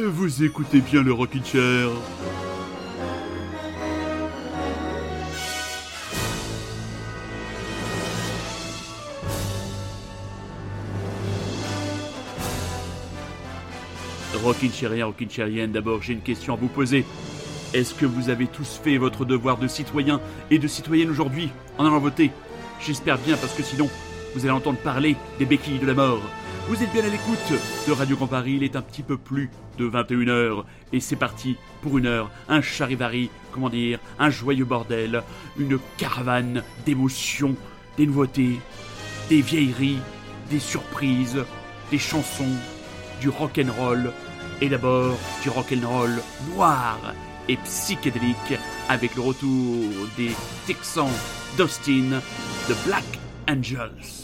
Vous écoutez bien le Rockin' Chair. Rockin' Chairien, Rockin' Chairienne, d'abord j'ai une question à vous poser. Est-ce que vous avez tous fait votre devoir de citoyen et de citoyenne aujourd'hui en allant voter? J'espère bien, parce que sinon vous allez entendre parler des béquilles de la mort. Vous êtes bien à l'écoute de Radio Grand Paris, il est un petit peu plus de 21h et c'est parti pour une heure, un charivari, un joyeux bordel, une caravane d'émotions, des nouveautés, des vieilleries, des surprises, des chansons, du rock'n'roll et d'abord du rock'n'roll noir et psychédélique avec le retour des Texans d'Austin, The Black Angels.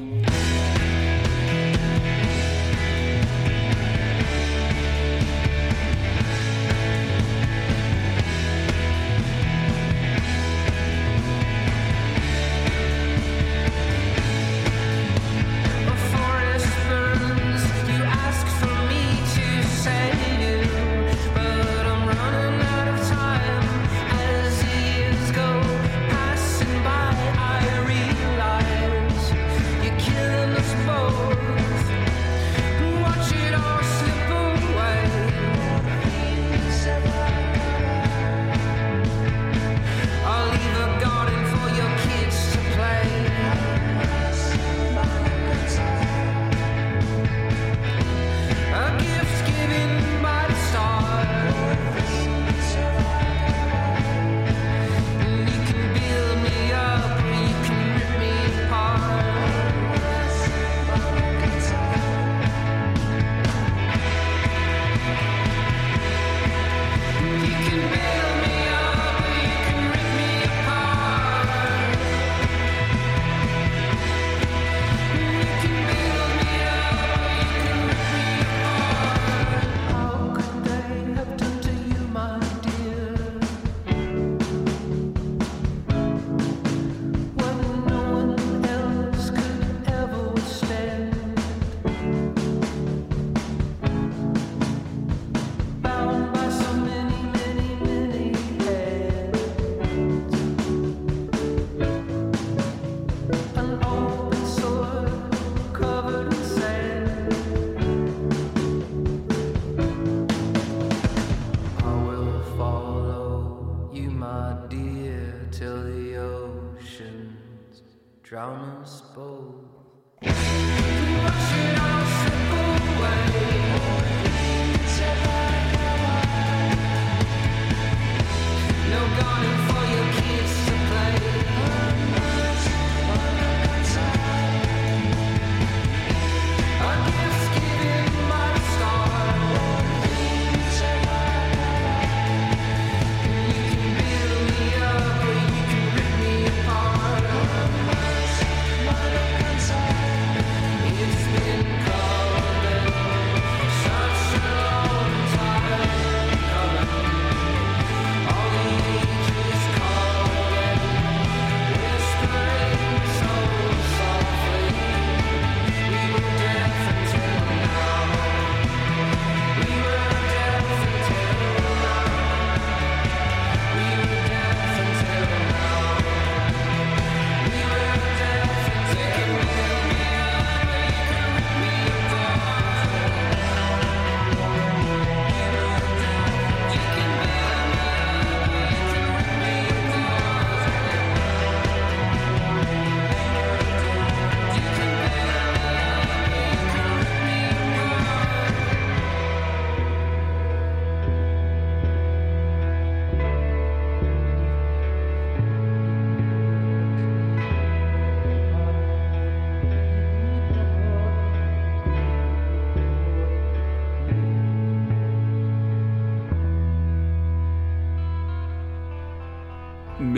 Drown us both. Just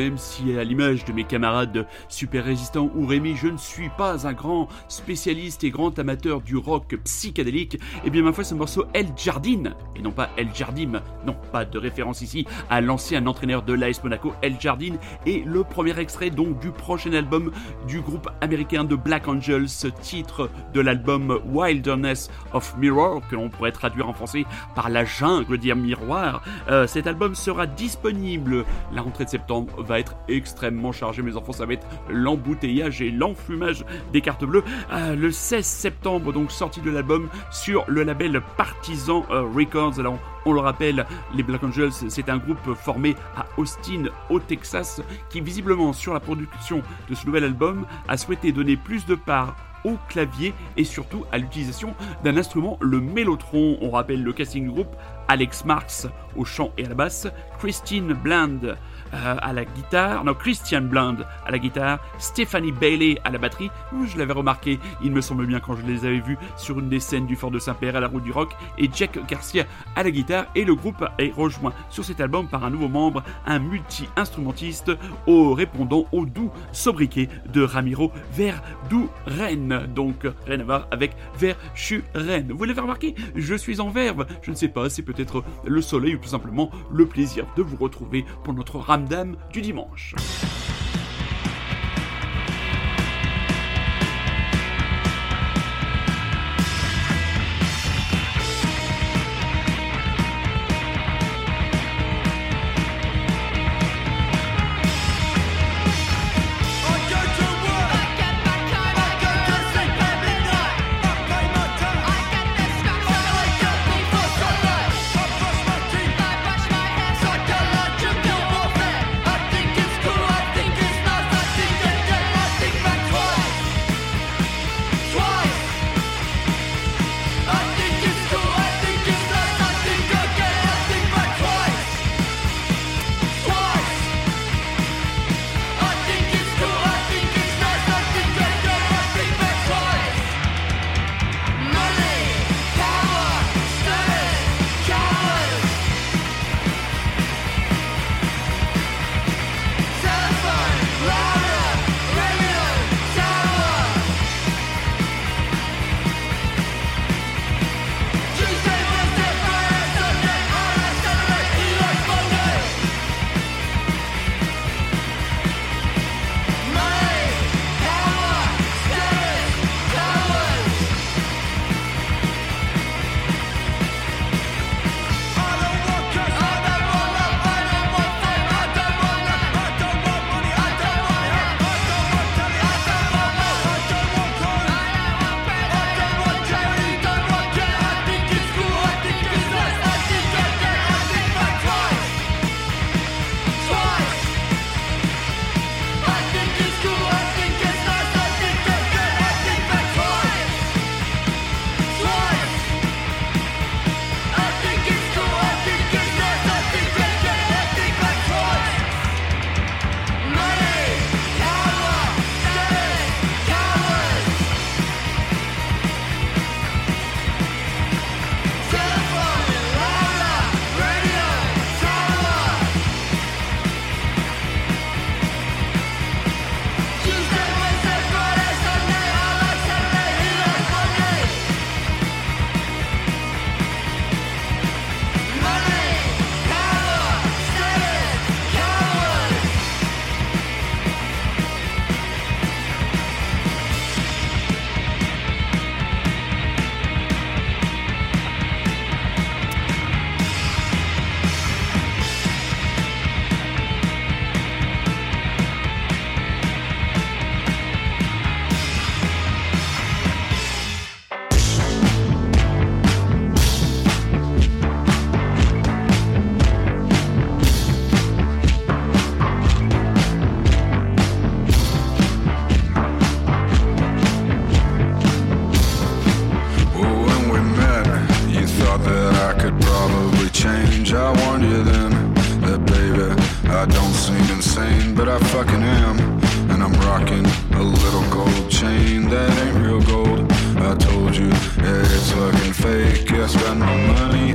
même si à l'image de mes camarades Super Résistants ou Rémi, je ne suis pas un grand spécialiste et grand amateur du rock psychédélique, et bien ma foi ce morceau El Jardín, et non pas El Jardim, non, pas de référence ici à l'ancien entraîneur de l'AS Monaco, El Jardín, est le premier extrait donc du prochain album du groupe américain de Black Angels, titre de l'album Wilderness of Mirror, que l'on pourrait traduire en français par la jungle des miroirs. Cet album sera disponible. La rentrée de septembre va être extrêmement chargée, mes enfants, ça va être l'embouteillage et l'enfumage des cartes bleues. Le 16 septembre, donc, sortie de l'album sur le label Partisan Records. Alors, on le rappelle, les Black Angels, c'est un groupe formé à Austin, au Texas, qui visiblement, sur la production de ce nouvel album, a souhaité donner plus de part au clavier et surtout à l'utilisation d'un instrument, le mélotron. On rappelle le casting groupe: Alex Marks au chant et à la basse, Christian Bland à la guitare, Stephanie Bailey à la batterie. Je l'avais remarqué, il me semble bien, quand je les avais vus sur une des scènes du Fort de Saint-Père à la Route du Rock, et Jack Garcia à la guitare. Et le groupe est rejoint sur cet album par un nouveau membre, un multi-instrumentiste répondant au doux sobriquet de Ramiro Verduren. Donc rien à voir avec Verschuren. Vous l'avez remarqué, je suis en verve. Je ne sais pas, c'est peut-être le soleil ou tout simplement le plaisir de vous retrouver pour notre ramdam du dimanche.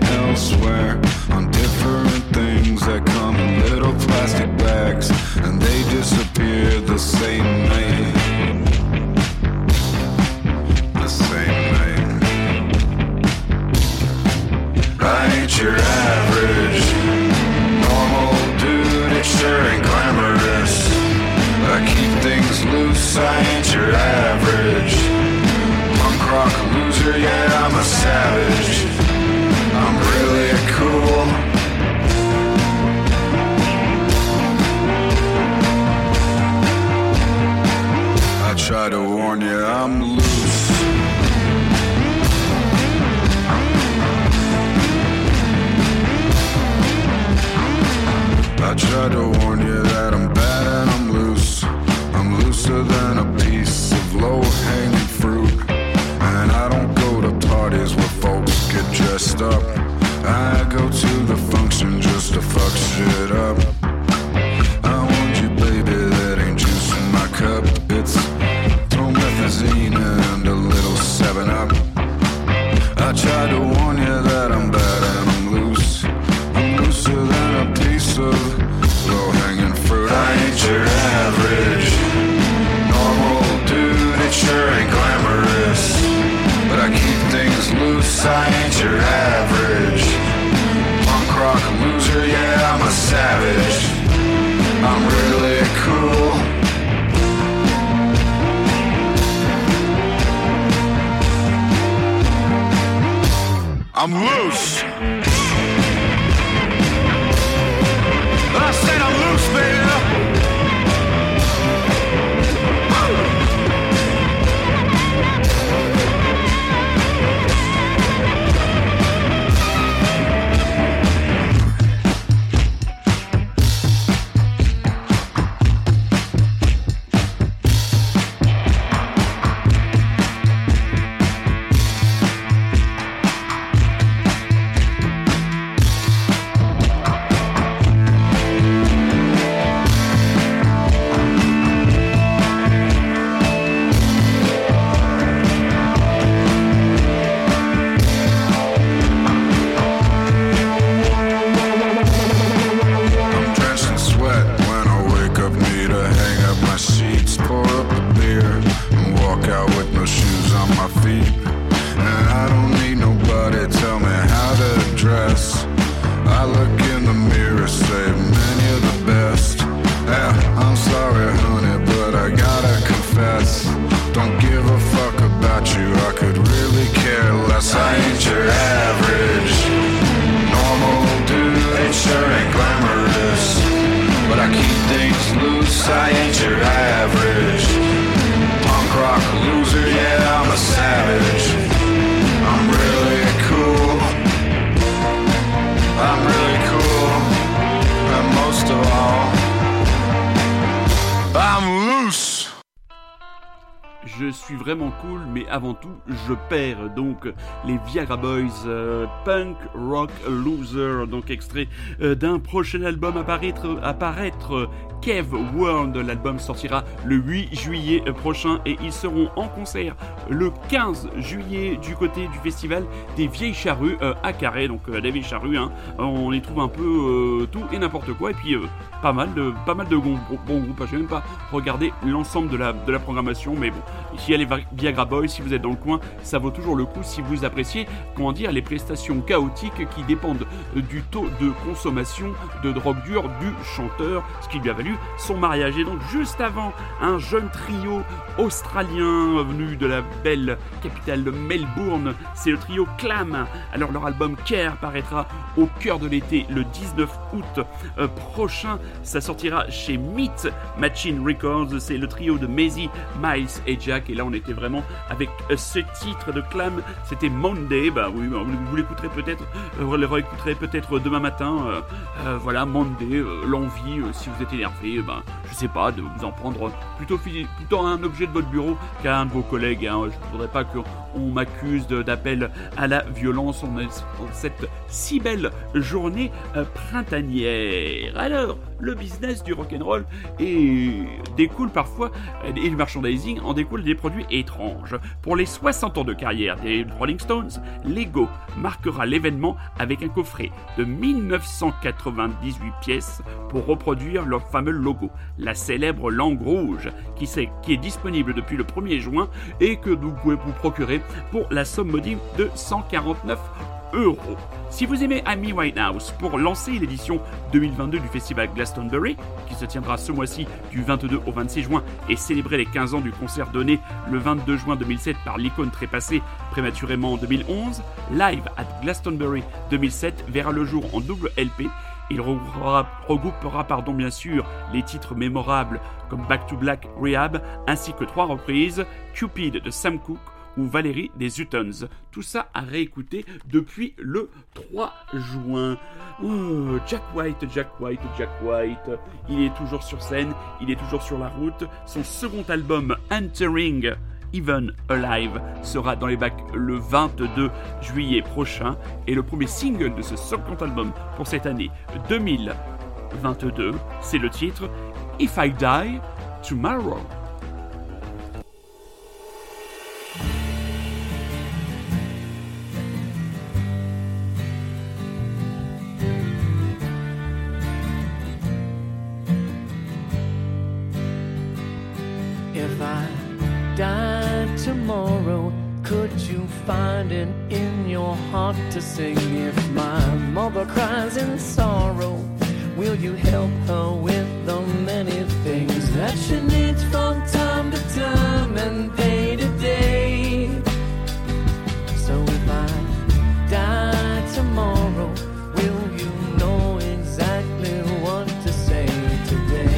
elsewhere on different things that come in little plastic bags, and your average normal dude, it sure ain't glamorous. I keep things loose, I ain't your average punk rock loser, yeah, I'm a savage. I'm really cool. I try to warn you, I'm loose. I tried to warn you that I'm bad and I'm loose. I'm looser than a piece of low-hanging fruit. And I don't go to parties where folks get dressed up. I go to the function just to fuck shit up. I warned you, baby, that ain't juice in my cup. It's promethazine and a little 7-Up. I tried to warn you that I'm bad and I'm loose. I'm looser than a piece of low-hanging fruit. I ain't your average normal dude, it sure ain't glamorous. But I keep things loose, I ain't your average punk rock loser, yeah, I'm a savage. I'm really cool. I'm loose. I said I'm loose, baby. Je suis vraiment cool, mais avant tout, je perds. Donc, les Viagra Boys, Punk Rock Loser, donc extrait d'un prochain album apparaître Kev World. L'album sortira le 8 juillet prochain et ils seront en concert le 15 juillet du côté du festival des Vieilles Charrues à Carré. Donc, les Vieilles Charrues, hein, on y trouve un peu tout et n'importe quoi. Et puis, pas mal de bons groupes. Je n'ai même pas regardé l'ensemble de la programmation, mais bon, ici il y a les Viagra Boys, si vous êtes dans le coin, ça vaut toujours le coup si vous appréciez, les prestations chaotiques qui dépendent du taux de consommation de drogue dure du chanteur, ce qui lui a valu son mariage. Et donc juste avant, un jeune trio australien venu de la belle capitale de Melbourne, c'est le trio Clam. Alors leur album Care paraîtra au cœur de l'été le 19 août prochain. Ça sortira chez Meat Machine Records. C'est le trio de Maisie, Miles et Jack. Et là, on était vraiment avec ce titre de Clam. C'était Monday. Bah oui, vous l'écouterez peut-être, vous le réécouterez peut-être demain matin. Voilà, Monday, l'envie, si vous êtes énervé, je sais pas, de vous en prendre plutôt un objet de votre bureau qu'à un de vos collègues. Hein. Je ne voudrais pas qu'on m'accuse d'appel à la violence en cette si belle journée printanière. Alors, le business du rock'n'roll découle parfois, et le merchandising en découle des produits étranges. Pour les 60 ans de carrière des Rolling Stones, Lego marquera l'événement avec un coffret de 1998 pièces pour reproduire leur fameux logo, la célèbre langue rouge, qui est disponible depuis le 1er juin et que vous pouvez vous procurer pour la somme modique de 149 €. Si vous aimez Amy Winehouse, pour lancer l'édition 2022 du festival Glastonbury, qui se tiendra ce mois-ci du 22 au 26 juin et célébrer les 15 ans du concert donné le 22 juin 2007 par l'icône trépassée prématurément en 2011, Live at Glastonbury 2007 verra le jour en double LP. Il regroupera bien sûr les titres mémorables comme Back to Black, Rehab, ainsi que 3 reprises, Cupid de Sam Cooke ou Valérie des Utons. Tout ça à réécouter depuis le 3 juin. Oh, Jack White. Il est toujours sur scène, il est toujours sur la route. Son second album, Entering Even Alive, sera dans les bacs le 22 juillet prochain. Et le premier single de ce second album pour cette année 2022, c'est le titre If I Die Tomorrow. If I died tomorrow, could you find it in your heart to sing? If my mother cries in sorrow, will you help her with the many things that she needs from time to time and day to day? So if I die tomorrow, will you know exactly what to say today?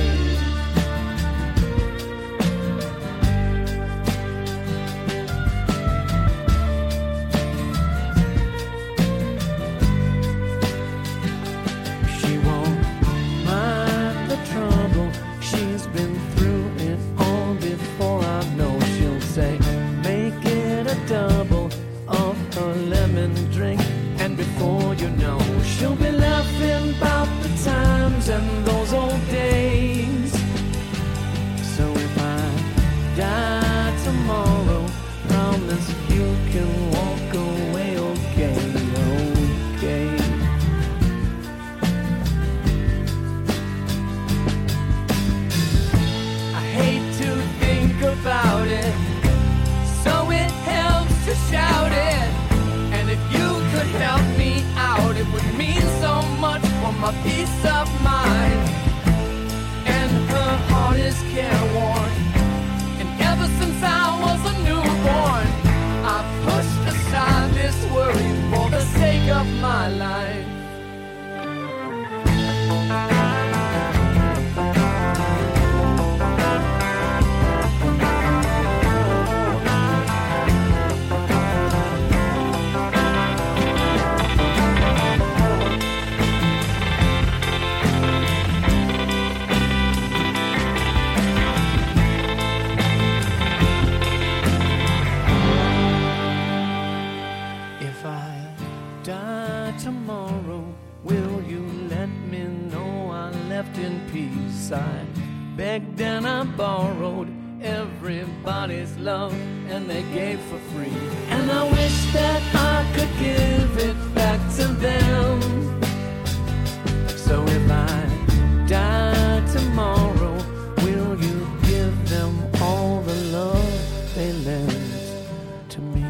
She'll be laughing about the times and those old days. So if I die tomorrow, promise you can walk away okay, okay. I hate to think about it, so it helps to shout it. And if you could help me out, it would mean so much for my peace of mind. And her heart is careworn, and ever since I was a newborn, I pushed aside this worry for the sake of my life. In peace, I begged and I borrowed everybody's love, and they gave for free. And I wish that I could give it back to them. So if I die tomorrow, will you give them all the love they lent to me?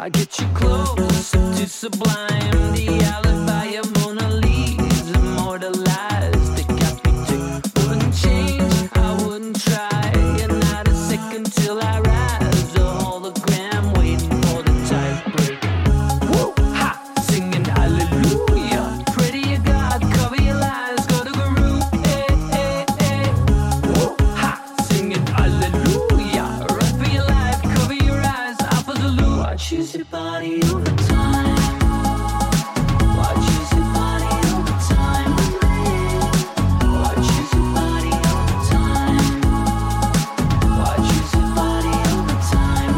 get you close to sublime. The alibi of Mona Lisa immortalized. Decapitate, wouldn't change, I wouldn't try. And not a second till I rise. A hologram waiting for the tide break. Woo! Ha! Singing hallelujah. Pray to your God, cover your lies, go to Guru. Eh, eh, eh. Woo! Ha! Singing hallelujah. Run for your life, cover your eyes, Alpha Zulu. Watch you your body over time. Watch you your body over time. Watch you your body over time. Watch you your body over time.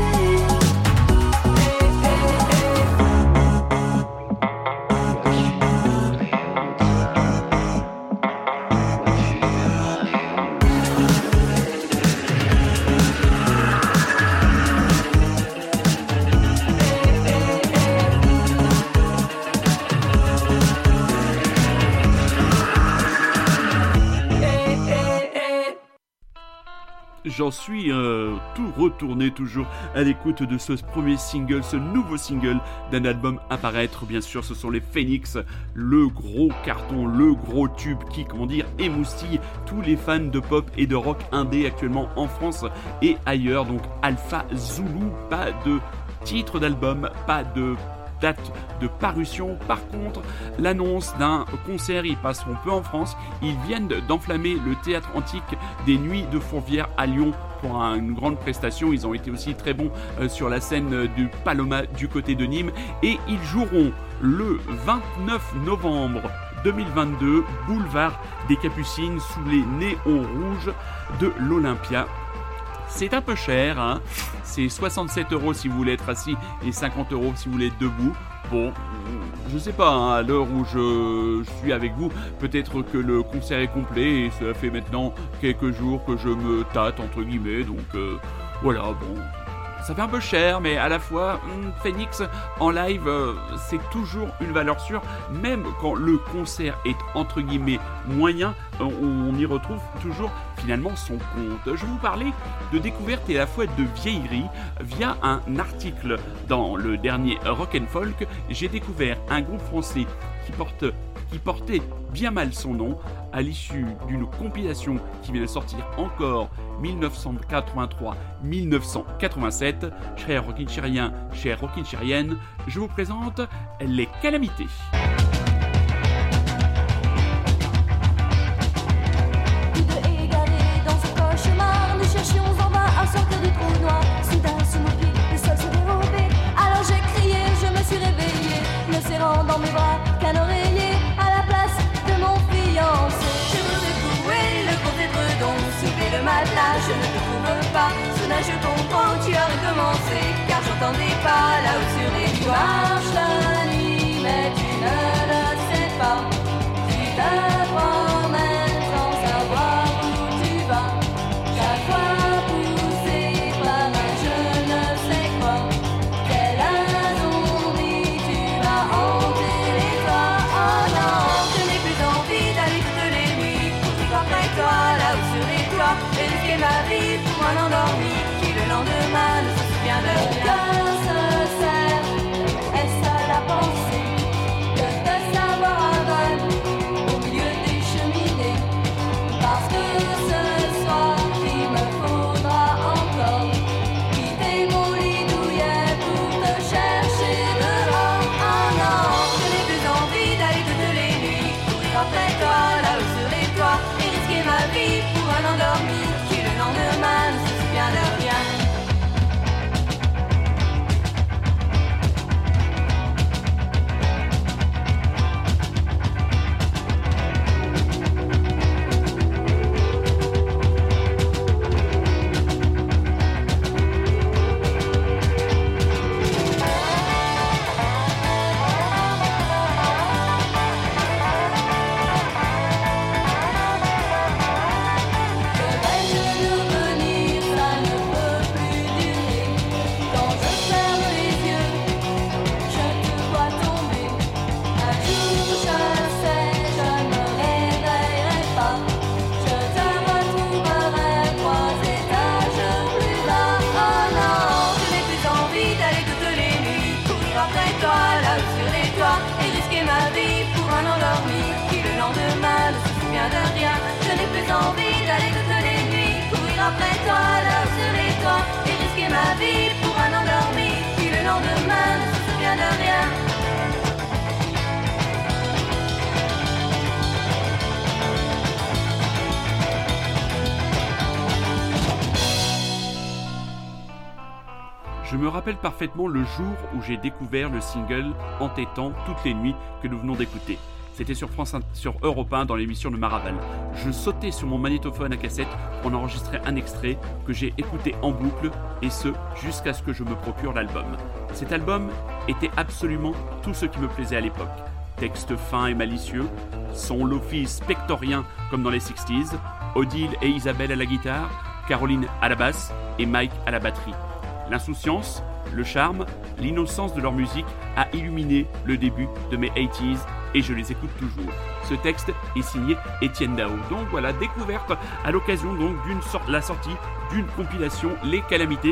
Hey, hey, hey. J'en suis tout retourné toujours à l'écoute de ce premier single, ce nouveau single d'un album à paraître. Bien sûr, ce sont les Phoenix, le gros carton, le gros tube qui, comment dire, émoustille tous les fans de pop et de rock indé actuellement en France et ailleurs. Donc Alpha Zulu, pas de titre d'album, pas de date de parution. Par contre, l'annonce d'un concert, ils passeront peu en France. Ils viennent d'enflammer le théâtre antique des Nuits de Fourvière à Lyon pour une grande prestation. Ils ont été aussi très bons sur la scène du Paloma du côté de Nîmes et ils joueront le 29 novembre 2022, boulevard des Capucines, sous les néons rouges de l'Olympia. C'est un peu cher, hein. C'est 67 € si vous voulez être assis et 50 € si vous voulez être debout. Bon, je sais pas, hein, à l'heure où je suis avec vous, peut-être que le concert est complet et ça fait maintenant quelques jours que je me tâte, entre guillemets, donc voilà, bon. Ça fait un peu cher, mais à la fois, Phoenix en live, c'est toujours une valeur sûre. Même quand le concert est entre guillemets moyen, on y retrouve toujours finalement son compte. Je vous parlais de découverte et à la fois de vieillerie via un article dans le dernier Rock and Folk. J'ai découvert un groupe français qui portait bien mal son nom à l'issue d'une compilation qui vient de sortir encore 1983-1987. Chers rockinchériens, chères rockinchériennes, je vous présente les Calamités. Tous deux égarés dans ce cauchemar, nous cherchions en vain à sortir du trou noir. Soudain, sous nos pieds, le sol s'est dérobé. Alors j'ai crié, je me suis réveillée, me serrant dans mes bras qu'un oreiller à la place de mon fiancé. Je vous ai trouvé le compte édredon, soulevé le matelas, je ne te trouve pas. Soudain je comprends que tu as recommencé, car j'entendais pas là-haut sur les toits. Marche la nuit, mais tu ne le sais pas. Tu te promènes sans savoir où tu vas. Chaque fois poussé par un je ne sais quoi. Tel un zombie, tu vas hanter les toits. Oh non, je n'ai plus envie d'aller toutes les nuits courir après toi, là-haut sur les toits, et risquer ma vie pour un endormi qui le lendemain ne se souvient de rien. Mon cœur se serre, est-ce après toi, là sur les toits, et risquer ma vie pour un endormi qui le lendemain ne se souvient de rien. Je n'ai plus envie d'aller toutes les nuits courir après toi, là sur les toits, et risquer ma vie pour un endormi qui le lendemain ne se souvient de rien. Je me rappelle parfaitement le jour où j'ai découvert le single Entêtant toutes les nuits que nous venons d'écouter. C'était sur Europe 1 dans l'émission de Maraval. Je sautais sur mon magnétophone à cassette pour en enregistrer un extrait que j'ai écouté en boucle, et ce, jusqu'à ce que je me procure l'album. Cet album était absolument tout ce qui me plaisait à l'époque. Texte fin et malicieux, son lofi spectorien comme dans les 60s, Odile et Isabelle à la guitare, Caroline à la basse et Mike à la batterie. L'insouciance, le charme, l'innocence de leur musique a illuminé le début de mes 80s et je les écoute toujours. Ce texte est signé Étienne Dao. Donc voilà, découverte à l'occasion donc la sortie d'une compilation Les Calamités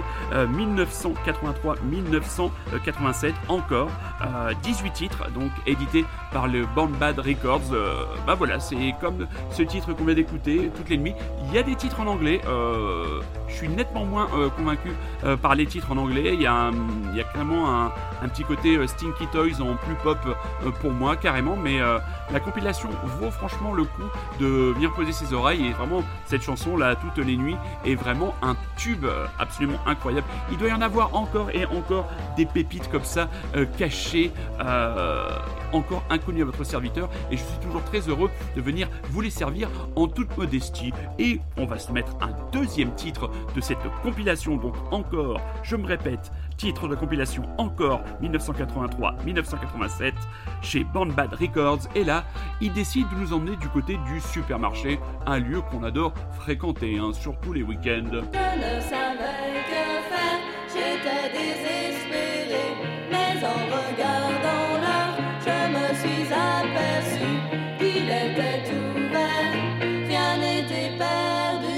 1983-1987 encore 18 titres donc édités par le Born Bad Records. Voilà, c'est comme ce titre qu'on vient d'écouter toutes les nuits. Il y a des titres en anglais. Je suis nettement moins convaincu par les titres en anglais. Il y a clairement un petit côté Stinky Toys en plus pop pour moi carrément, mais la compilation vaut franchement le coup de venir poser ses oreilles, et vraiment cette chanson là toutes les nuits est vraiment un tube absolument incroyable. Il doit y en avoir encore et encore des pépites comme ça cachées, encore inconnues à votre serviteur, et je suis toujours très heureux de venir vous les servir en toute modestie. Et on va se mettre un deuxième titre de cette compilation, donc encore, je me répète, titre de compilation encore 1983-1987 chez Born Bad Records, et là il décide de nous emmener du côté du supermarché, un lieu qu'on adore fréquenter, surtout les week-ends. Je ne savais que faire, j'étais désespéré, mais en regardant l'heure, je me suis aperçu qu'il était ouvert, rien n'était perdu.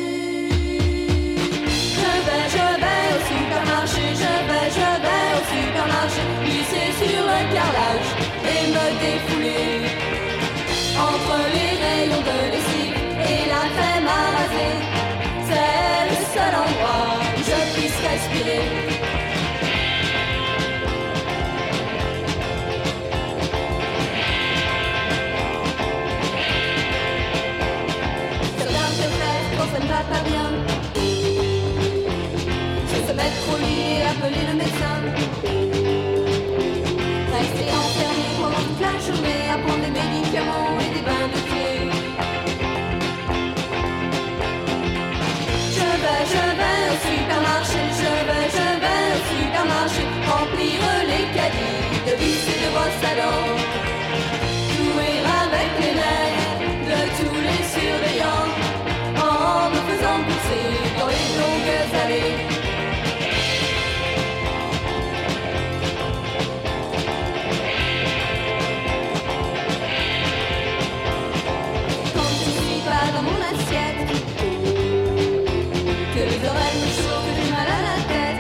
Je vais au supermarché, je vais au supermarché, glisser sur le carrelage et me défouler entre les rayons de lessive et la crème à raser. C'est le seul endroit où je puisse respirer. Certains préfèrent quand ça ne va pas bien se mettre au lit et appeler le médecin. Rester enfermé pendant toute la journée à prendre des médicaments et des bains de pied. Je vais au supermarché, je vais au supermarché, remplir les caddies de vis et de brosses à dents, jouer avec les nerfs de tous les surveillants, en me faisant pousser dans les longues allées. Quand je suis pas dans mon assiette, que les oreilles me chauffent, que j'ai mal à la tête,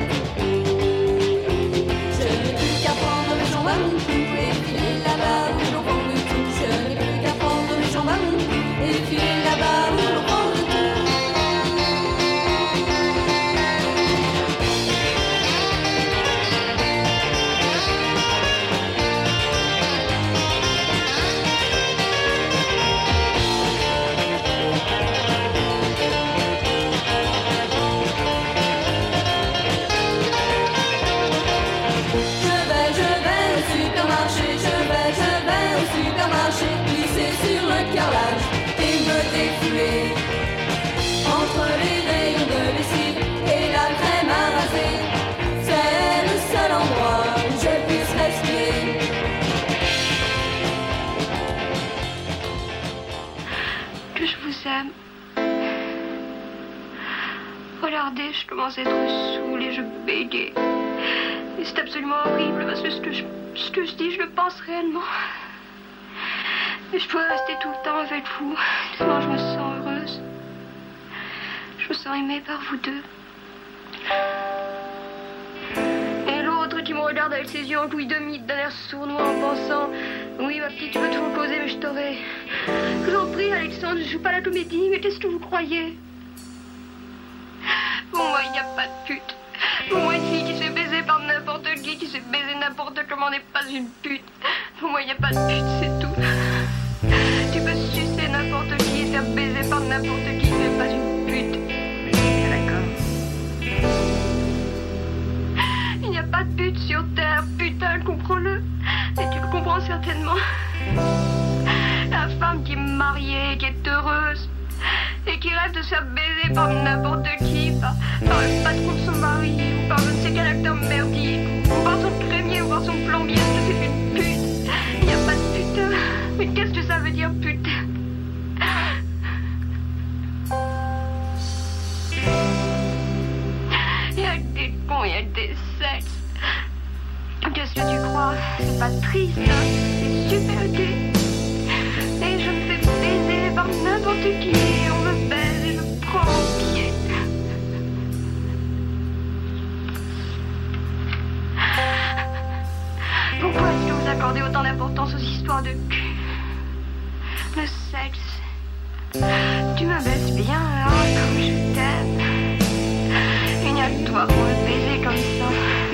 je n'ai plus qu'à prendre mes jambes à mon cou et filer là-bas où l'on prend le tout. Je n'ai plus qu'à prendre mes jambes à mon cou et filer là-bas où l'on prend le tout. Je vais au supermarché, je vais au supermarché, glisser sur le carrelage et me défouler entre les rayons de lessive et la crème à raser. C'est le seul endroit où je puisse respirer. Que je vous aime. Regardez, je commence à être saoule et je bégayais. Et c'est absolument horrible parce que ce que je dis, je le pense réellement. Et je dois rester tout le temps avec vous. Tellement je me sens heureuse. Je me sens aimée par vous deux. Et l'autre qui m'aurait regarde avec ses yeux en couille de mythe, d'un air sournois en pensant « Oui, ma petite, tu peux toujours causer, mais je t'aurai. » Je vous en prie, Alexandre, je joue pas la comédie, mais qu'est-ce que vous croyez? Pour moi, il n'y a pas de pute. Pour moi, une fille qui se fait baiser par n'importe qui se fait baiser n'importe comment n'est pas une pute. Pour moi, il n'y a pas de pute, c'est tout. Tu peux sucer n'importe qui et faire baiser par n'importe qui n'est pas une pute. D'accord. Il n'y a pas de pute sur Terre, putain, comprends-le. Et tu le comprends certainement. La femme qui est mariée, qui est heureuse, et qui rêve de se faire baiser par n'importe qui, par le patron de son mari, ou par je ne sais quel acteur merdique, ou par son crémier, ou par son plombier, est-ce que c'est une pute? Il n'y a pas de putain. Mais qu'est-ce que ça veut dire, putain? Il y a que des cons, il y a que des sexes. Qu'est-ce que tu crois? C'est pas triste, hein? C'est super gai. Et je me fais baiser par n'importe qui, et on me baise et je prends au pied. Pourquoi est-ce que vous accordez autant d'importance aux histoires de cul? Le sexe. Tu me baises bien, hein, comme je t'aime. Il n'y a que toi pour me baiser comme ça.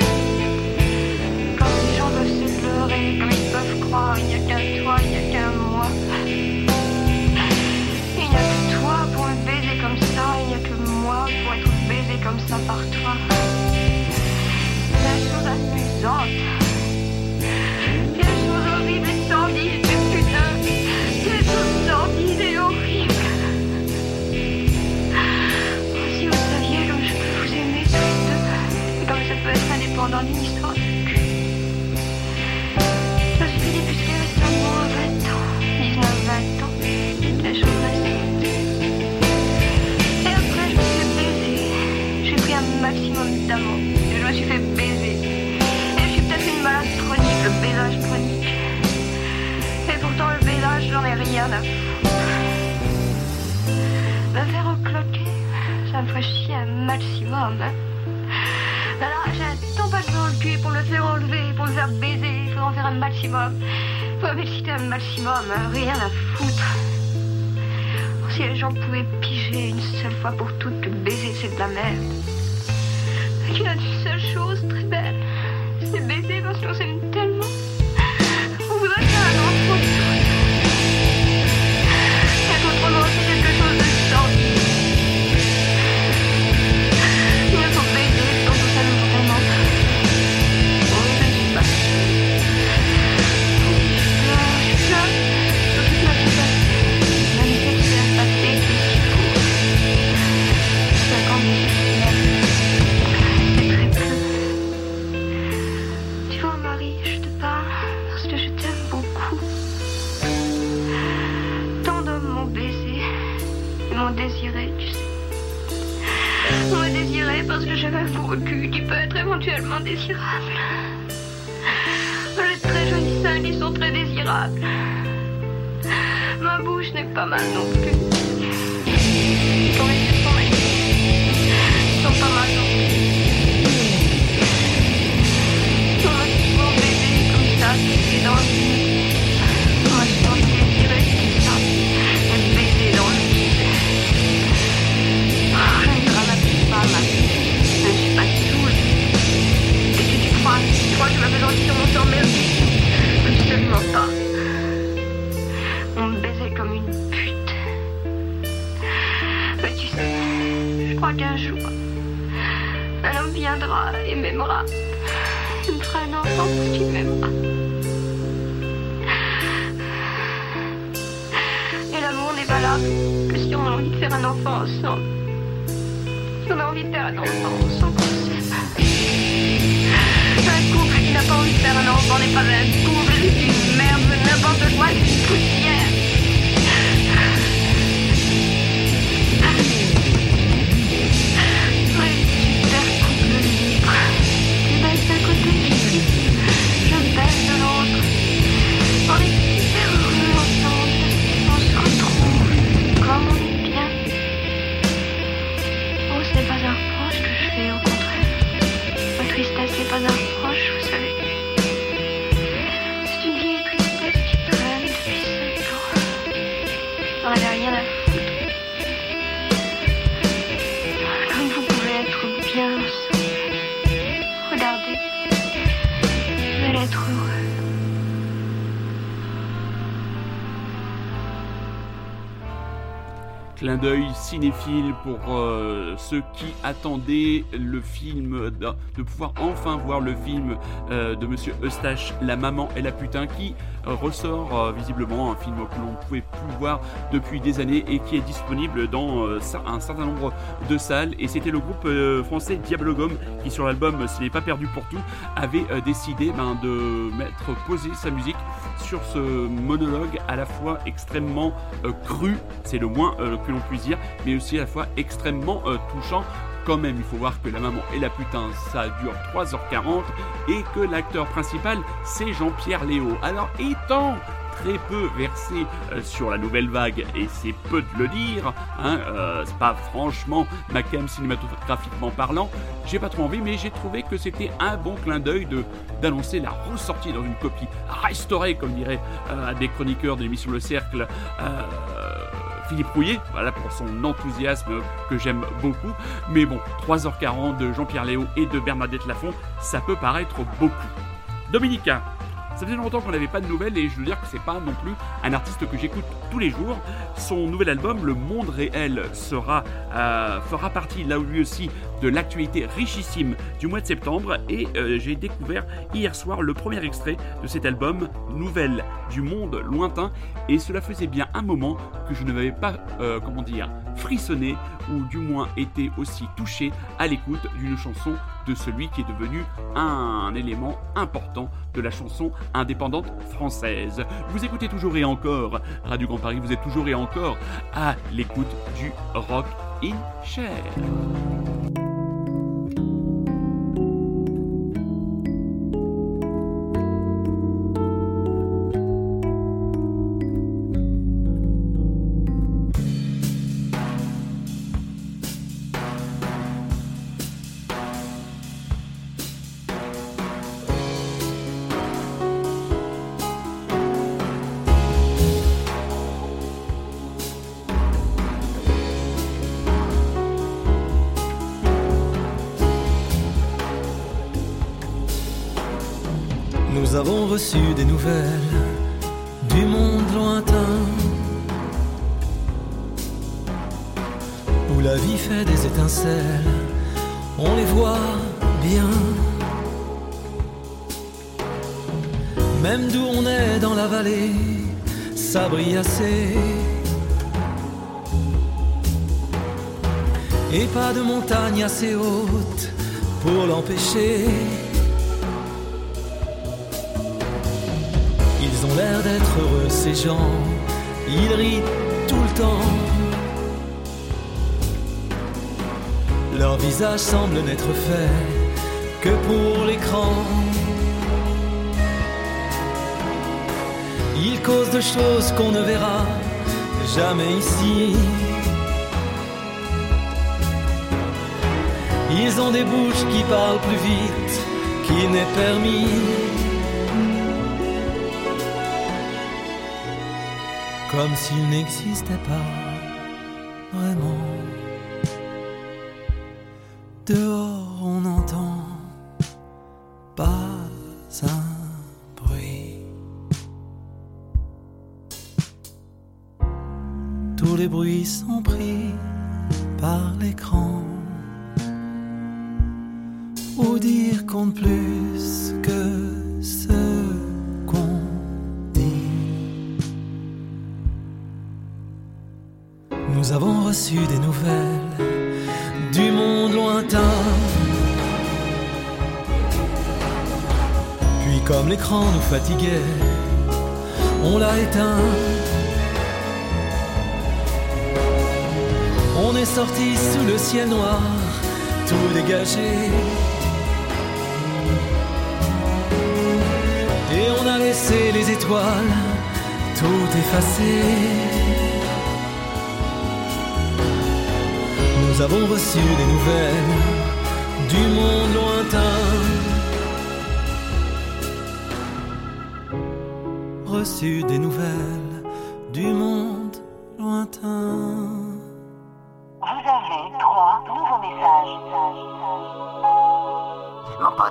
Quand les gens peuvent se pleurer, comme ils peuvent croire, il n'y a qu'un toi, il n'y a qu'un moi. Il n'y a que toi pour me baiser comme ça, il n'y a que moi pour être baisé comme ça par toi. La chose amusante. Quelle chose horrible et sordide, mais putain, quelle chose sordide et horrible. Oh, si vous saviez comme je peux vous aimer tous les deux, et comme ça peut être indépendant d'une histoire de cul. Je me suis députée récemment à 20 ans, 19-20 ans, la chose récente. Et après je me suis fait baiser, j'ai pris un maximum d'amour, et je me suis fait baiser. Et je suis peut-être une malade chronique, le baisage chronique. Et pourtant le baisage, j'en ai rien à foutre. Me faire recloquer, ça me ferait chier un maximum, hein. Alors j'ai un tampon dans le cul pour me le faire enlever, pour me faire baiser, il faudra en faire un maximum. Faut m'exciter un maximum, hein, rien à foutre. Si les gens pouvaient piger une seule fois pour toutes que baiser c'est de la merde. Qu'il y a une seule chose très belle, c'est baiser parce qu'on s'aime tellement. On voudrait faire un enfant de tous. Et autrement c'est quelque chose de sordide. Il ne faut baiser quand on s'aime vraiment. Oh, je ne suis pas. Je suis là. Sur toute ma vie passée. La vie qui s'est passée, tout ce qu'il faut. 5 ans de c'est très peu. Tu vois, Marie, je te parle parce que je t'aime beaucoup. Tant d'hommes m'ont baisé et m'ont désiré, tu sais. On m'a désiré parce que j'avais un gros cul qui peut être éventuellement désirable. J'ai de très jolis seins qui sont très désirables. Ma bouche n'est pas mal non plus. Quand mes yeux sont magnifiques, ils sont pas mal non plus. On m'a souvent baisé comme ça, baisé dans le vide. On m'a souvent désiré comme ça, et baisé dans le vide. Je ne dramatique pas ma vie. Je ne suis pas saoule. Qu'est-ce que tu crois? Tu crois que je m'appelle sur mon sang merdique? Absolument pas. On me baisait comme une pute. Mais tu sais, je crois qu'un jour, un homme viendra et m'aimera. Il me fera un enfant parce qu'il m'aimera. Et l'amour n'est valable que si on a envie de faire un enfant ensemble. Si on a envie de faire un enfant ensemble, on s'aime. Un couple qui n'a pas envie de faire un enfant n'est pas un couple, c'est une merde, n'importe quoi, c'est une poussière. Ouais, super couple libre. Tu baisses d'un côté, je baisse de l'autre. On est super heureux ensemble, on se retrouve comme on est bien. Oh, ce n'est pas un reproche que je fais, au contraire. être heureux. Clin d'œil cinéphile pour ceux qui attendaient le film, de pouvoir enfin voir le film de Monsieur Eustache, La Maman et la Putain, qui ressort visiblement, un film que l'on ne pouvait plus voir depuis des années et qui est disponible dans un certain nombre de salles. Et c'était le groupe français Diabologum qui, sur l'album Ce n'est pas perdu pour tout, avait décidé de poser sa musique sur ce monologue à la fois extrêmement cru, c'est le moins que l'on puisse dire, mais aussi à la fois extrêmement touchant. Quand même, il faut voir que La Maman et la Putain, ça dure 3h40 et que l'acteur principal, c'est Jean-Pierre Léaud. Alors, étant très peu versé sur la nouvelle vague, et c'est peu de le dire, c'est pas franchement ma cam cinématographiquement parlant, j'ai pas trop envie, mais j'ai trouvé que c'était un bon clin d'œil d'annoncer la ressortie dans une copie restaurée, comme dirait un des chroniqueurs de l'émission Le Cercle, Philippe Rouillet, voilà, pour son enthousiasme que j'aime beaucoup. Mais bon, 3h40 de Jean-Pierre Léaud et de Bernadette Lafont, ça peut paraître beaucoup. Dominica, ça faisait longtemps qu'on n'avait pas de nouvelles et je veux dire que c'est pas non plus un artiste que j'écoute tous les jours. Son nouvel album, Le Monde Réel, fera partie là lui aussi de l'actualité richissime du mois de septembre et j'ai découvert hier soir le premier extrait de cet album, Nouvelles du Monde Lointain, et cela faisait bien un moment que je ne m'avais pas, frissonné ou du moins été aussi touché à l'écoute d'une chanson de celui qui est devenu un élément important de la chanson indépendante française. Vous écoutez toujours et encore Radio Grand Paris, vous êtes toujours et encore à l'écoute du Rock in Chair. Nous avons reçu des nouvelles du monde lointain, où la vie fait des étincelles, on les voit bien. Même d'où on est dans la vallée, ça brille assez. Et pas de montagne assez haute pour l'empêcher. Ils ont l'air d'être heureux, ces gens, ils rient tout le temps. Leur visage semble n'être fait que pour l'écran. Ils causent de choses qu'on ne verra jamais ici. Ils ont des bouches qui parlent plus vite qu'il n'est permis. Comme s'il n'existait pas vraiment. Dehors on n'entend pas un bruit. Tous les bruits sont pris par l'écran. Ou dire compte plus que ce qu'on dit. Nous avons reçu des nouvelles du monde lointain. Puis comme l'écran nous fatiguait, on l'a éteint. On est sorti sous le ciel noir, tout dégagé. Et on a laissé les étoiles tout effacées. Nous avons reçu des nouvelles du monde lointain. Reçu des nouvelles du monde lointain. Vous avez 3 nouveaux messages. Mon pote,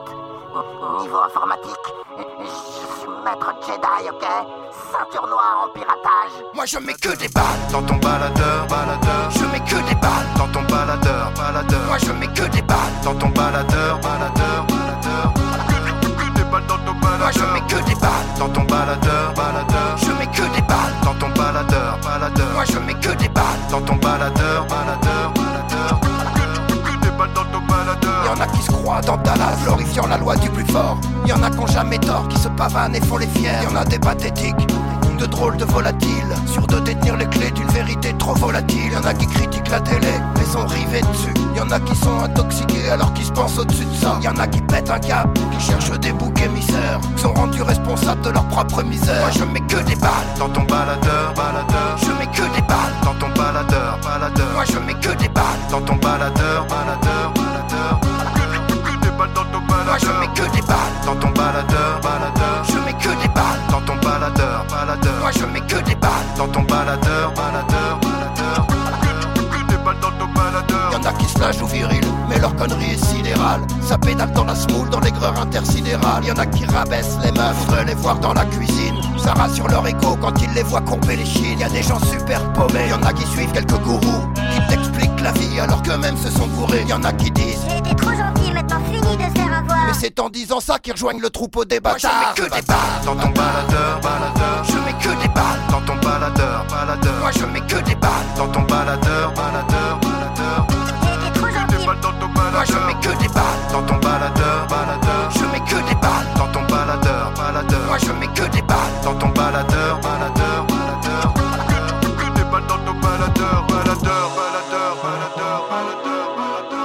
Niveau informatique, je suis maître Jedi, ok? Ceinture noire en piratage. Moi je mets que des balles dans ton baladeur, baladeur. Je mets que des balles dans ton baladeur, baladeur. Moi je mets que des balles dans ton baladeur, baladeur, baladeur. Que des balles dans ton baladeur. Moi je mets que des balles dans ton baladeur, baladeur. Je mets que des balles dans ton baladeur, baladeur. Moi je mets que des balles dans ton baladeur, baladeur, baladeur. Que des balles dans ton baladeur. Y'en a qui se croient dans Dallas, glorifiant la loi du plus fort. Y'en a qui ont jamais tort, qui se pavanent et font les fiers. Y'en a des pathétiques, de drôles de volatiles, sûrs de détenir les clés d'une vérité trop volatile. Y'en a qui critiquent la télé, mais sont rivés dessus. Y'en a qui sont intoxiqués alors qu'ils se pensent au-dessus de ça. Y'en a qui pètent un câble, qui cherchent des boucs émissaires, qui sont rendus responsables de leur propre misère. Moi je mets que des balles dans ton baladeur, baladeur. Je mets que des balles dans ton baladeur, baladeur. Moi je mets que des balles dans ton baladeur, baladeur, baladeur. Que des balles dans ton baladeur. Moi je mets que des balles dans ton baladeur, baladeur. Je mets que des balles dans ton baladeur, baladeur. Moi je mets que des balles dans ton baladeur, baladeur, baladeur. Que des balles dans ton baladeur. Y'en a qui se la jouent viril, mais leur connerie est sidérale. Ça pédale dans la smoule, dans l'aigreur intersidérale. Y'en a qui rabaissent les meufs, voudraient les voir dans la cuisine. Ça rassure leur égo quand ils les voient courber les chines. Y'a des gens super paumés, y'en a qui suivent quelques gourous qui t'expliquent la vie alors qu'eux-mêmes se sont bourrés. Y'en a qui disent j'ai été trop gentil, maintenant fini de se faire avoir. mais c'est en disant ça qu'ils rejoignent le troupeau des bâtards. Moi je mets que des balles dans ton baladeur, baladeur. Je mets que des balles dans ton baladeur, baladeur. Moi je mets que des balles dans ton baladeur, baladeur, baladeur. J'ai été trop gentil. Moi je mets que des balles dans ton baladeur, baladeur. Je mets que des balles dans ton baladeur, baladeur. Moi je mets que des balles dans ton baladeur, baladeur, baladeur. Que des balles dans ton baladeur, baladeur, baladeur, baladeur, baladeur, baladeur.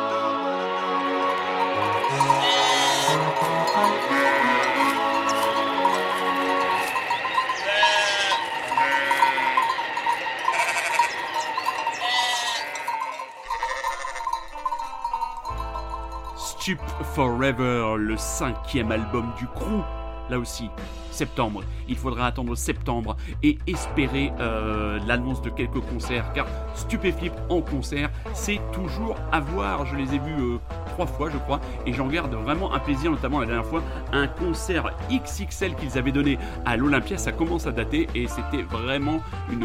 Stup Forever, le 5e album du crew. Là aussi, septembre. Il faudra attendre septembre et espérer l'annonce de quelques concerts, car Stupéflip en concert, c'est toujours à voir. Je les ai vus 3 fois, je crois, et j'en garde vraiment un plaisir, notamment la dernière fois, un concert XXL qu'ils avaient donné à l'Olympia. Ça commence à dater et c'était vraiment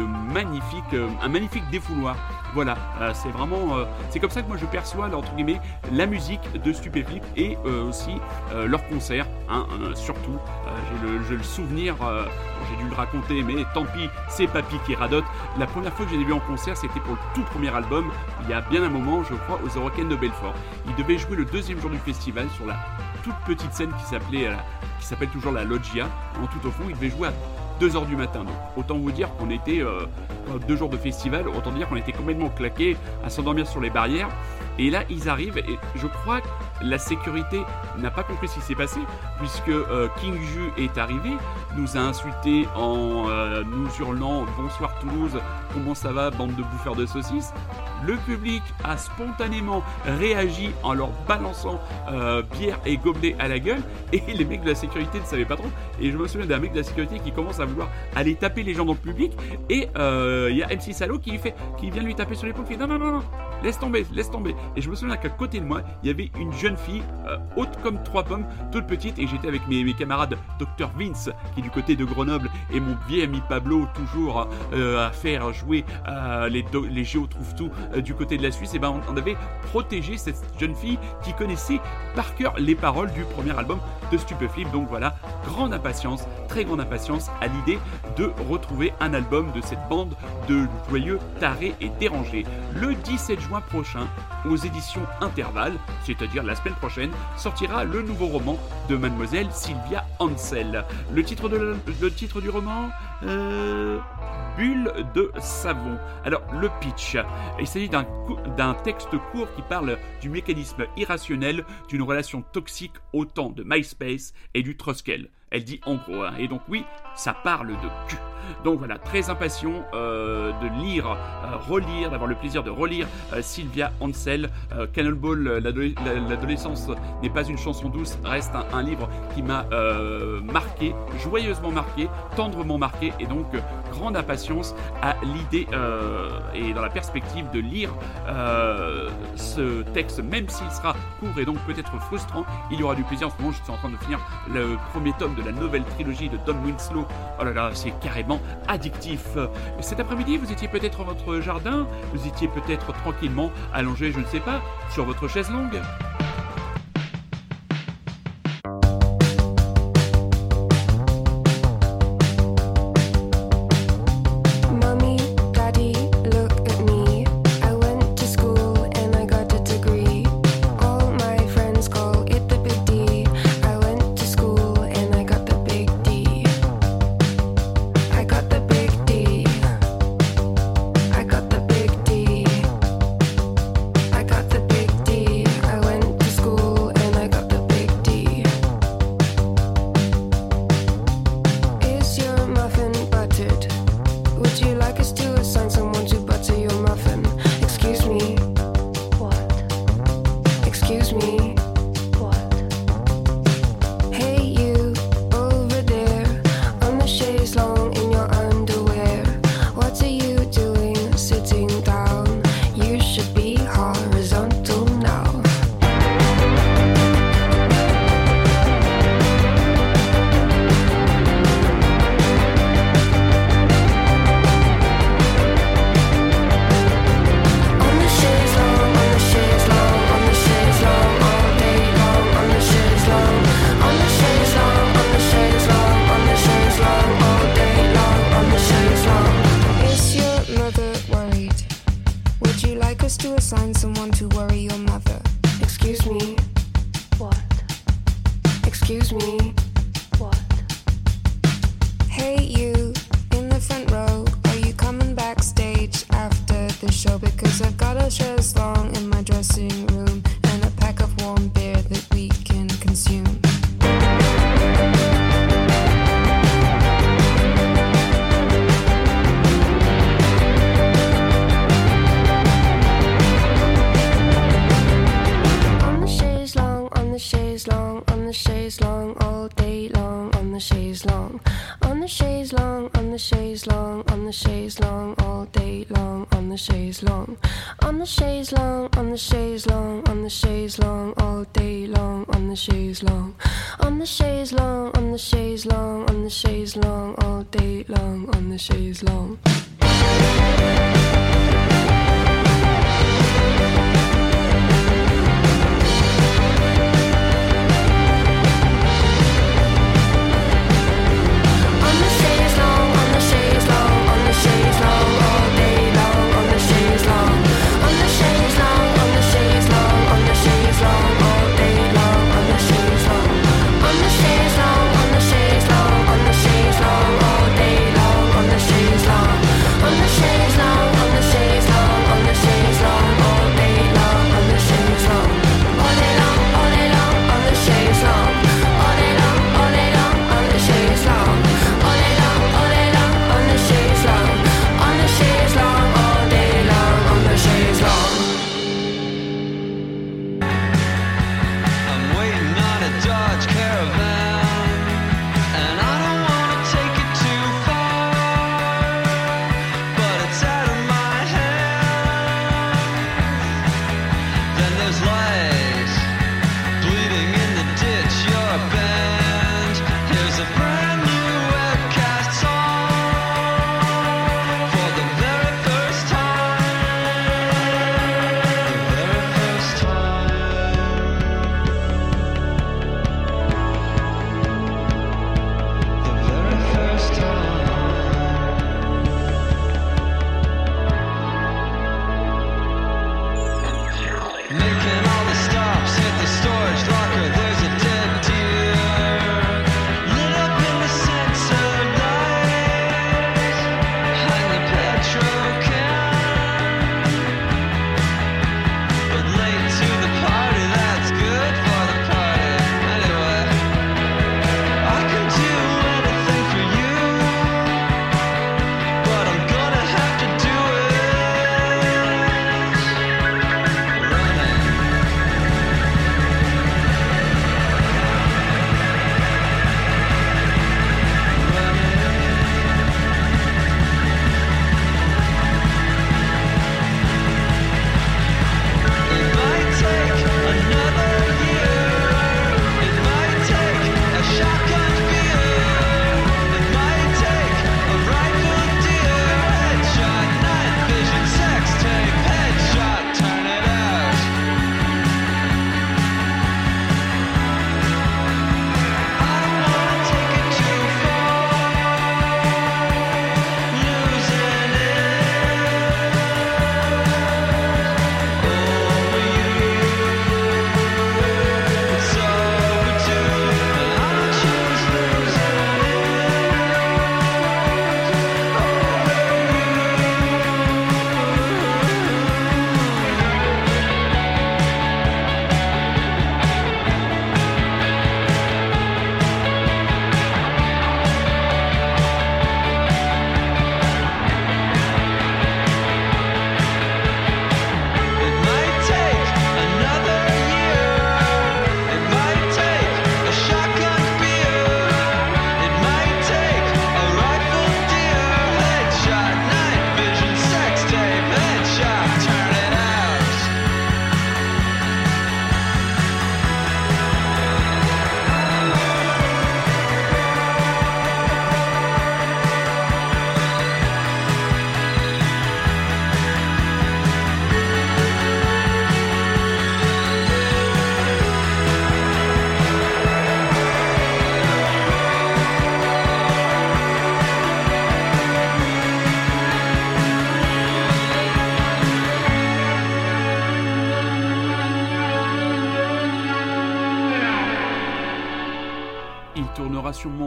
un magnifique défouloir. Voilà, c'est vraiment, c'est comme ça que moi je perçois, entre guillemets, la musique de Stupéflip et aussi leurs concerts, surtout. J'ai le souvenir, j'ai dû le raconter, mais tant pis, c'est Papy qui radote. La première fois que je les ai vus en concert, c'était pour le tout premier album, il y a bien un moment, je crois, aux Eurocaines de Belfort. Ils devaient jouer le 2e jour du festival sur la toute petite scène qui s'appelle toujours la Loggia, en tout au fond. Ils devaient jouer à 2h du matin, donc autant vous dire qu'on était 2 jours de festival, autant dire qu'on était complètement claqués à s'endormir sur les barrières. Et là ils arrivent et je crois que la sécurité n'a pas compris ce qui s'est passé, puisque King Ju est arrivé, nous a insultés en nous hurlant « Bonsoir Toulouse, comment ça va, bande de bouffeurs de saucisses ?» Le public a spontanément réagi en leur balançant bière et gobelet à la gueule, et les mecs de la sécurité ne savaient pas trop. Et je me souviens d'un mec de la sécurité qui commence à vouloir aller taper les gens dans le public, et il y a MC Salo qui vient lui taper sur l'épaule, qui fait non, laisse tomber. Et je me souviens qu'à côté de moi, il y avait une jeune fille haute comme 3 pommes, toute petite, et j'étais avec mes camarades Dr Vince qui est du côté de Grenoble, et mon vieil ami Pablo, toujours à faire jouer les Géo Trouve Tout du côté de la Suisse. Et ben on avait protégé cette jeune fille qui connaissait par cœur les paroles du premier album de Stupéflip. Donc voilà, très grande impatience à l'idée de retrouver un album de cette bande de joyeux, tarés et dérangés. Le 17 juin prochain, aux éditions Intervalle, c'est-à-dire la semaine prochaine, sortira le nouveau roman de Mademoiselle Sylvia Ansel. Le titre du roman, Bulle de savon. Alors, le pitch, il s'agit d'un texte court qui parle du mécanisme irrationnel d'une relation toxique au temps de MySpace et du Truskel. Elle dit en gros, et donc oui, ça parle de cul. Donc voilà, très impatient de lire, relire, d'avoir le plaisir de relire Sylvia Ansel. Cannonball, l'adolescence n'est pas une chanson douce, reste un livre qui m'a marqué, joyeusement marqué, tendrement marqué, et donc grande impatience impatience à l'idée et dans la perspective de lire ce texte, même s'il sera court et donc peut-être frustrant. Il y aura du plaisir. En ce moment, je suis en train de finir le premier tome de la nouvelle trilogie de Don Winslow. Oh là là, c'est carrément addictif. Cet après-midi, vous étiez peut-être dans votre jardin, vous étiez peut-être tranquillement allongé, je ne sais pas, sur votre chaise longue. On the chaise longue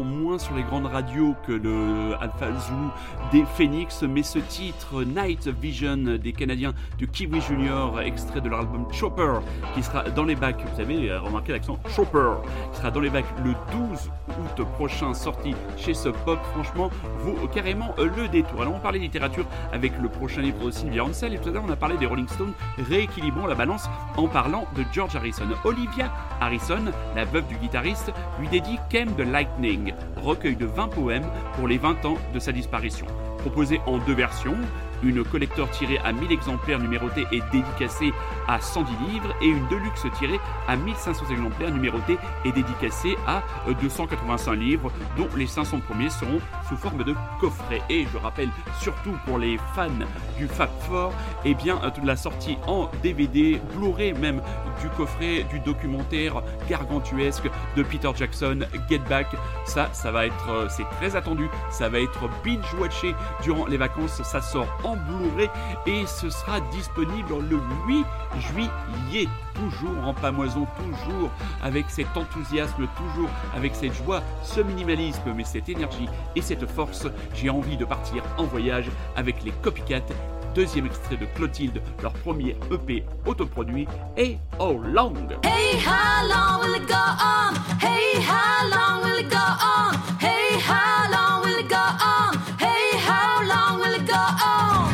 évidemment moins sur les grandes radios que le Alpha Zulu des Phoenix, mais ce titre Night Vision des Canadiens de Kiwi Junior, extrait de leur album Chopper, qui sera dans les bacs, vous avez remarqué l'accent Chopper, qui sera dans les bacs le 12 août prochain, sorti chez Sub Pop, franchement vaut carrément le détour. Alors on parlait littérature avec le prochain livre de Sylvia Ansel, et tout à l'heure on a parlé des Rolling Stones, rééquilibrons la balance en parlant de George Harrison. Olivia Harrison, la veuve du guitariste, lui dédie Came the Lightning, recueil de 20 poèmes pour les 20 ans de sa disparition. Proposé en 2 versions, une collector tirée à 1000 exemplaires numérotés et dédicacée à 110 livres, et une deluxe tirée à 1500 exemplaires numérotés et dédicacée à 285 livres, dont les 500 premiers seront sous forme de coffret. Et je rappelle surtout pour les fans du Fab Four, eh bien la sortie en DVD, Blu-ray même, du coffret du documentaire gargantuesque de Peter Jackson, Get Back. Ça va être, c'est très attendu, ça va être binge-watché durant les vacances, ça sort en Blu-ray et ce sera disponible le 8 juillet, toujours en pamoison, toujours avec cet enthousiasme, toujours avec cette joie, ce minimalisme, mais cette énergie et cette force. J'ai envie de partir en voyage avec les Copycat. Deuxième extrait de Clotilde, leur premier EP autoproduit, et How Long. Hey, how long will it go on? Hey, how long will it go on? Hey, how long will it go on? Hey, how long will it go on?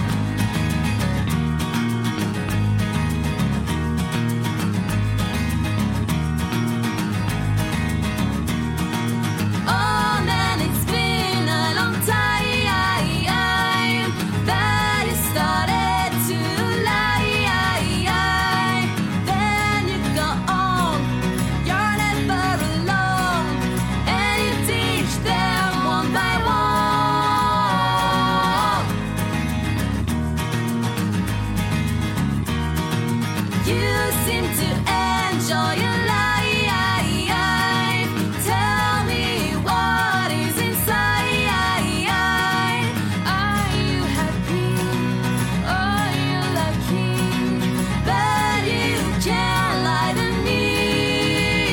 Oh man, it's been a long time that you started to lie. Then you go on, you're never alone, and you teach them one by one. You seem to enjoy your life. Tell me what is inside. Are you happy? Are you lucky? But you can't lie to me.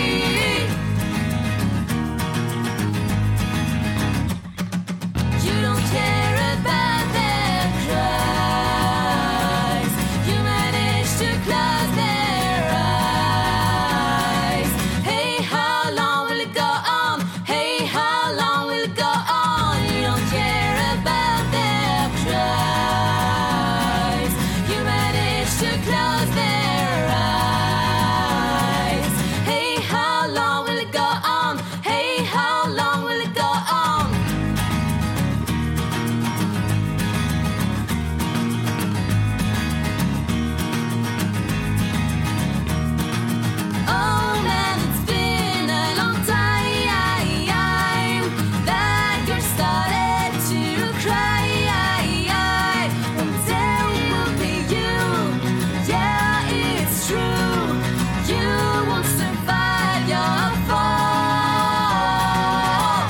You don't care about their cries. You manage to close their eyes. Hey, how long will it go on? Hey, how long will it go on? You don't care about their cries. You manage to close their eyes. Hey, how long will it go on? Hey, how long will it go on? Oh man, it's been a long time that you started to cry. One day will be you, yeah, it's true. You won't survive your fall.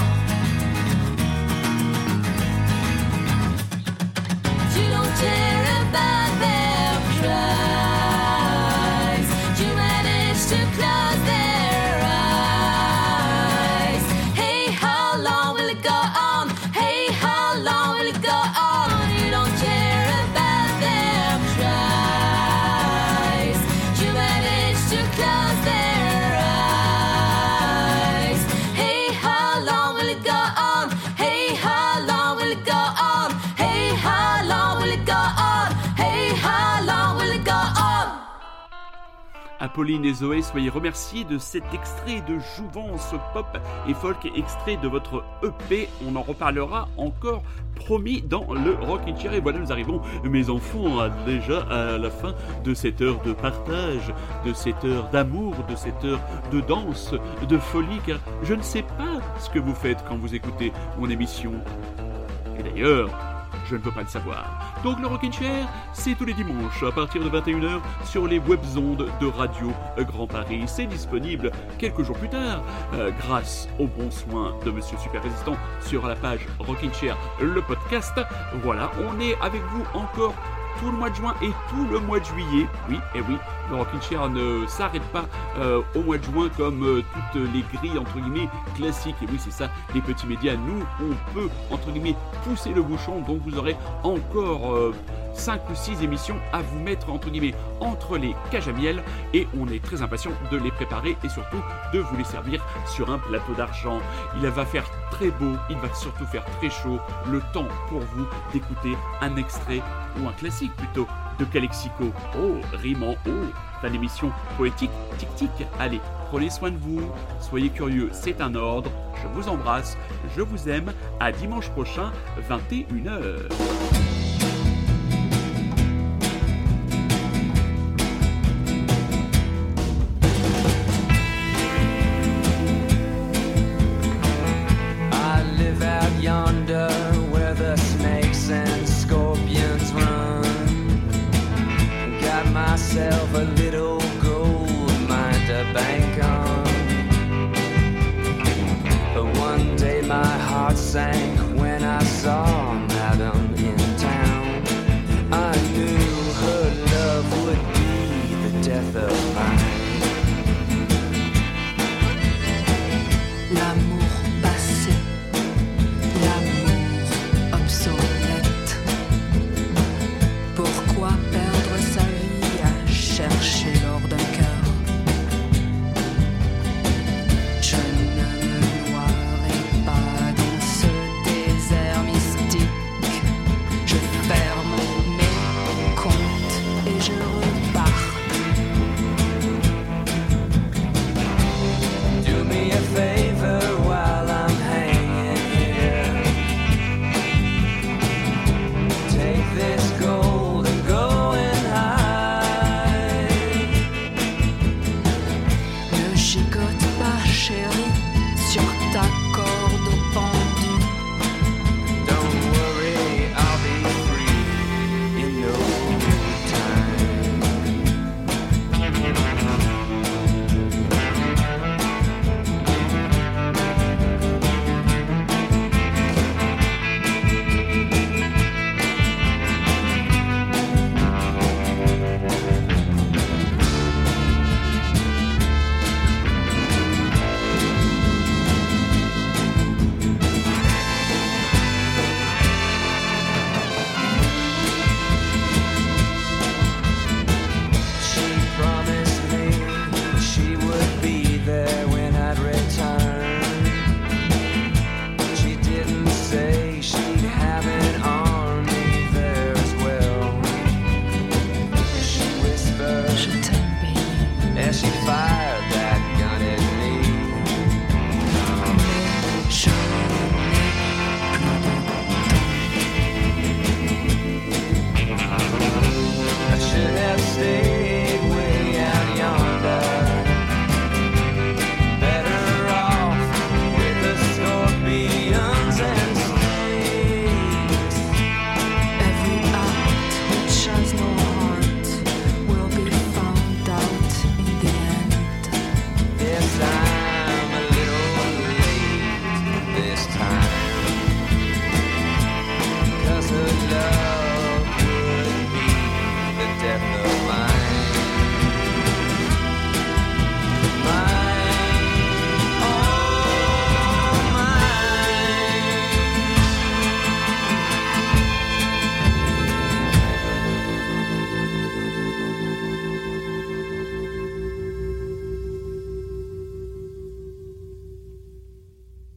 You don't care about their cries. You manage to close their eyes. Hey, how long will it go on? Hey, how long will it go on? You don't care about their cries. You manage to close their eyes. Hey, how long will it go on? Hey, how long will it go on? Hey, how long will it go on? Hey, how long will it go on? Apolline et Zoé, soyez remerciés de cet extrait de jouvence pop et folk, extrait de votre EP. On en reparlera encore, promis, dans le Rockin' Chair. Et voilà, nous arrivons, mes enfants, déjà à la fin de cette heure de partage, de cette heure d'amour, de cette heure de danse, de folie, car je ne sais pas ce que vous faites quand vous écoutez mon émission. Et d'ailleurs, je ne peux pas le savoir. Donc le Rockin' Chair, c'est tous les dimanches à partir de 21h sur les webzondes de Radio Grand Paris. C'est disponible quelques jours plus tard grâce aux bons soins de Monsieur Super Résistant sur la page Rockin' Chair, le podcast. Voilà, on est avec vous encore tout le mois de juin et tout le mois de juillet. Oui, et oui, le Rockin' Chair ne s'arrête pas au mois de juin comme toutes les grilles entre guillemets classiques. Et oui, c'est ça, les petits médias, nous, on peut entre guillemets pousser le bouchon, donc vous aurez encore 5 ou 6 émissions à vous mettre entre guillemets entre les cages à miel, et on est très impatient de les préparer et surtout de vous les servir sur un plateau d'argent. Il va faire très beau, il va surtout faire très chaud, le temps pour vous d'écouter un extrait ou un classique plutôt de Calexico. Oh, rimant, oh, fin d'émission poétique, tic-tic. Allez, prenez soin de vous, soyez curieux, c'est un ordre. Je vous embrasse, je vous aime, à dimanche prochain, 21h. Yonder, where the snakes and scorpions run, got myself a little gold mine to bank on. But one day my heart sank